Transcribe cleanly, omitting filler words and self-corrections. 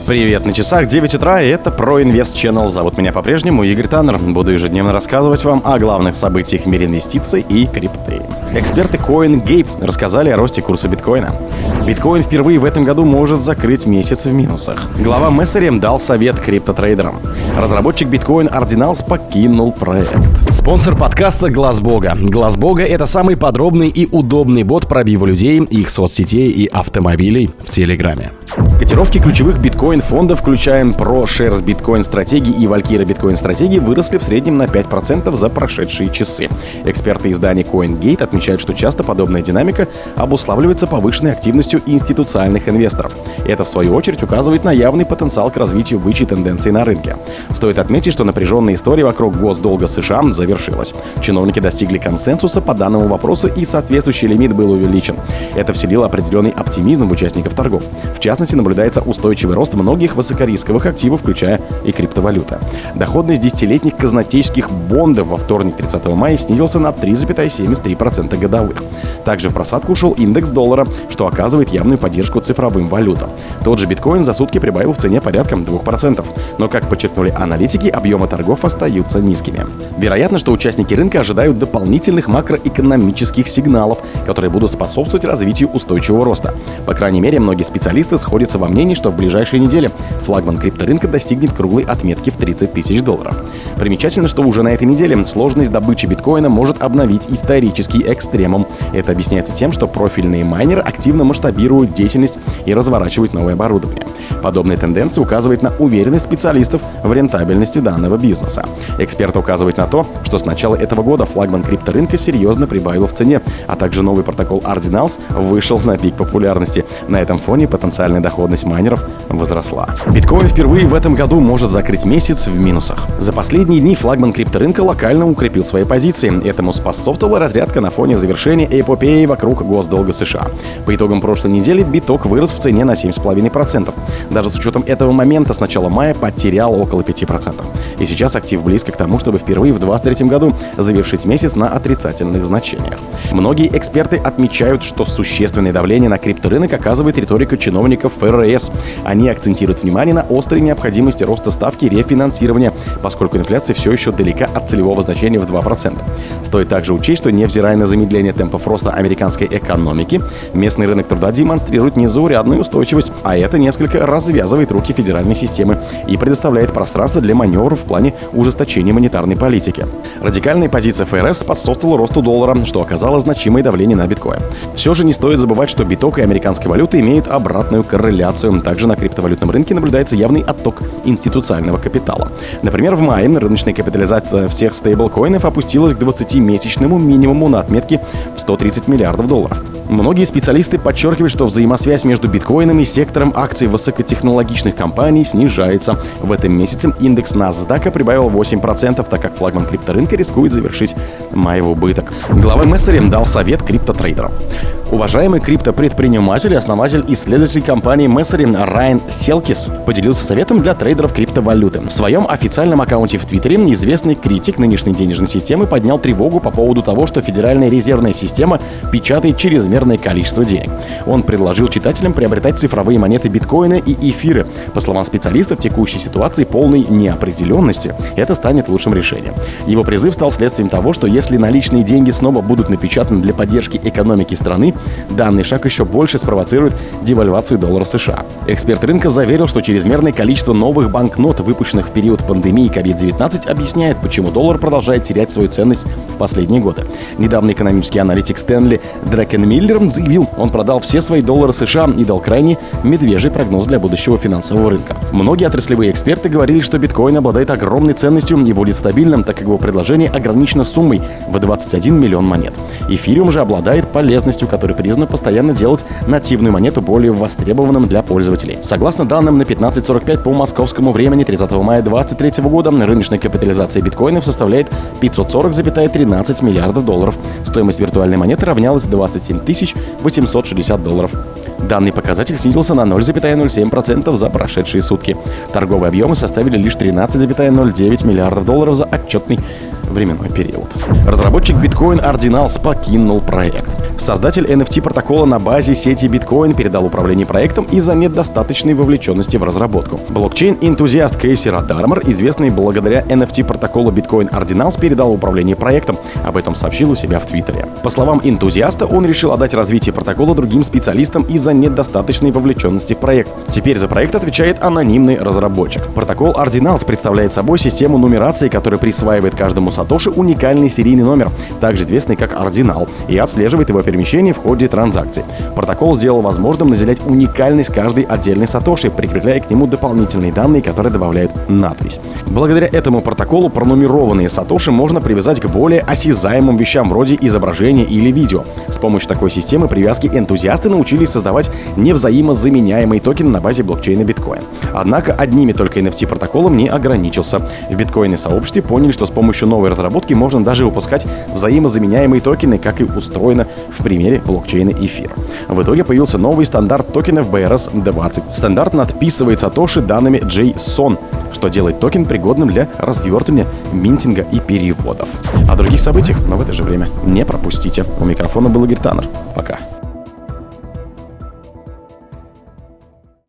Привет, на часах 9 утра, и это ProInvest Channel. Зовут меня по-прежнему Игорь Таннер. Буду ежедневно рассказывать вам о главных событиях в мире инвестиций и крипты. Эксперты CoinGate рассказали о росте курса биткоина. Биткоин впервые в этом году может закрыть месяц в минусах. Глава Мессери дал совет криптотрейдерам. Разработчик биткоин Ordinals покинул проект. Спонсор подкаста Глаз Бога. Глаз Бога — это самый подробный и удобный бот пробива людей, их соцсетей и автомобилей в Телеграме. Котировки ключевых биткоин-фондов, включая ProShares Bitcoin стратегии и Valkyrie Bitcoin стратегии, выросли в среднем на 5% за прошедшие часы. Эксперты издания CoinGate отмечают, что часто подобная динамика обуславливается повышенной активностью институциональных инвесторов. Это, в свою очередь, указывает на явный потенциал к развитию бычьей тенденции на рынке. Стоит отметить, что напряженная история вокруг госдолга США завершилась. Чиновники достигли консенсуса по данному вопросу, и соответствующий лимит был увеличен. Это вселило определенный оптимизм в участников торгов. В частности, наблюдается устойчивый рост многих высокорисковых активов, включая и криптовалюты. Доходность десятилетних казначейских бондов во вторник, 30 мая, снизился на 3,73% годовых. Также в просадку ушел индекс доллара, что оказывает явную поддержку цифровым валютам. Тот же биткоин за сутки прибавил в цене порядка 2%. Но, как подчеркнули аналитики, объемы торгов остаются низкими. Вероятно, что участники рынка ожидают дополнительных макроэкономических сигналов, которые будут способствовать развитию устойчивого роста. По крайней мере, многие специалисты сходятся во мнении, что в ближайшие недели флагман крипторынка достигнет круглой отметки в $30 тысяч. Примечательно, что уже на этой неделе сложность добычи биткоина может обновить исторический экстремум. Это объясняется тем, что профильные майнеры активно масштабируют деятельность и разворачивают новое оборудование. Подобная тенденция указывает на уверенность специалистов в рентабельности данного бизнеса. Эксперты указывают на то, что с начала этого года флагман крипторынка серьезно прибавил в цене, а также новый протокол Ordinals вышел на пик популярности. На этом фоне потенциальная доходность майнеров возросла. Биткоин впервые в этом году может закрыть месяц в минусах. За последние дни флагман крипторынка локально укрепил свои позиции. Этому способствовала разрядка на фоне завершения эпопеи вокруг госдолга США. По итогам прошлой недели биток вырос в цене на 7,5%. Даже с учетом этого момента с начала мая потерял около 5%. И сейчас актив близко к тому, чтобы впервые в 2023 году завершить месяц на отрицательных значениях. Многие эксперты отмечают, что существенное давление на крипторынок оказывает риторика чиновников ФРС. Они акцентируют внимание на острой необходимости роста ставки рефинансирования, поскольку инфляция все еще далека от целевого значения в 2%. Стоит также учесть, что невзирая на замедление темпов роста американской экономики, местный рынок труда демонстрирует незаурядную устойчивость, а это несколько развязывает руки федеральной системы и предоставляет пространство для маневров в плане ужесточения монетарной политики. Радикальная позиция ФРС способствовала росту доллара, что оказало значимое давление на биткоин. Все же не стоит забывать, что биток и американская валюта имеют обратную корреляцию. Также на криптовалютном рынке наблюдается явный отток институционального капитала. Например, в мае рыночная капитализация всех стейблкоинов опустилась к 20-месячному минимуму на отметке в $130 миллиардов. Многие специалисты подчеркивают, что взаимосвязь между биткоином и сектором акций высокотехнологичных компаний снижается. В этом месяце индекс NASDAQ прибавил 8%, так как флагман крипторынка рискует завершить май в убыток. Глава Мессери дал совет криптотрейдерам. Уважаемый криптопредприниматель и основатель исследовательской компании Мессери Райан Селкис поделился советом для трейдеров криптовалюты. В своем официальном аккаунте в Твиттере известный критик нынешней денежной системы поднял тревогу по поводу того, что Федеральная резервная система печатает чрезмерное количество денег. Он предложил читателям приобретать цифровые монеты биткоина и эфиры. По словам специалистов, в текущей ситуации полной неопределенности это станет лучшим решением. Его призыв стал следствием того, что если наличные деньги снова будут напечатаны для поддержки экономики страны, данный шаг еще больше спровоцирует девальвацию доллара США. Эксперт рынка заверил, что чрезмерное количество новых банкнот, выпущенных в период пандемии COVID-19, объясняет, почему доллар продолжает терять свою ценность в последние годы. Недавно экономический аналитик Стэнли Дракенмиллер заявил, он продал все свои доллары США и дал крайне медвежий прогноз для будущего финансового рынка. Многие отраслевые эксперты говорили, что биткоин обладает огромной ценностью и будет стабильным, так как его предложение ограничено суммой в 21 миллион монет. Эфириум же обладает полезностью, который признан постоянно делать нативную монету более востребованным для пользователей. Согласно данным на 15:45 по московскому времени 30 мая 2023 года, рыночная капитализация биткоинов составляет $540,13 миллиардов. Стоимость виртуальной монеты равнялась $27 860. Данный показатель снизился на 0,07% за прошедшие сутки. Торговые объемы составили лишь $13,09 миллиардов за отчетный временной период. Разработчик Bitcoin Ordinals покинул проект. Создатель NFT-протокола на базе сети Bitcoin передал управление проектом из-за недостаточной вовлеченности в разработку. Блокчейн-энтузиаст Кейси Радармор, известный благодаря NFT-протоколу Bitcoin Ordinals, передал управление проектом. Об этом сообщил у себя в Твиттере. По словам энтузиаста, он решил отдать развитие протокола другим специалистам из-за недостаточной вовлеченности в проект. Теперь за проект отвечает анонимный разработчик. Протокол Ordinals представляет собой систему нумерации, которая присваивает каждому сатоши уникальный серийный номер, также известный как ординал, и отслеживает его перемещение в ходе транзакций. Протокол сделал возможным наделять уникальность каждой отдельной сатоши, прикрепляя к нему дополнительные данные, которые добавляют надпись. Благодаря этому протоколу пронумерованные сатоши можно привязать к более осязаемым вещам вроде изображения или видео. С помощью такой системы привязки энтузиасты научились создавать невзаимозаменяемые токены на базе блокчейна биткоин. Однако одними только NFT-протоколом не ограничился. В биткоин-сообществе поняли, что с помощью новой разработки можно даже выпускать взаимозаменяемые токены, как и устроено в примере блокчейна эфир. В итоге появился новый стандарт токенов BRS-20. Стандарт надписывает сатоши данными JSON, что делает токен пригодным для развертывания, минтинга и переводов. О других событиях, но в это же время не пропустите. У микрофона был Игорь Таннер. Пока.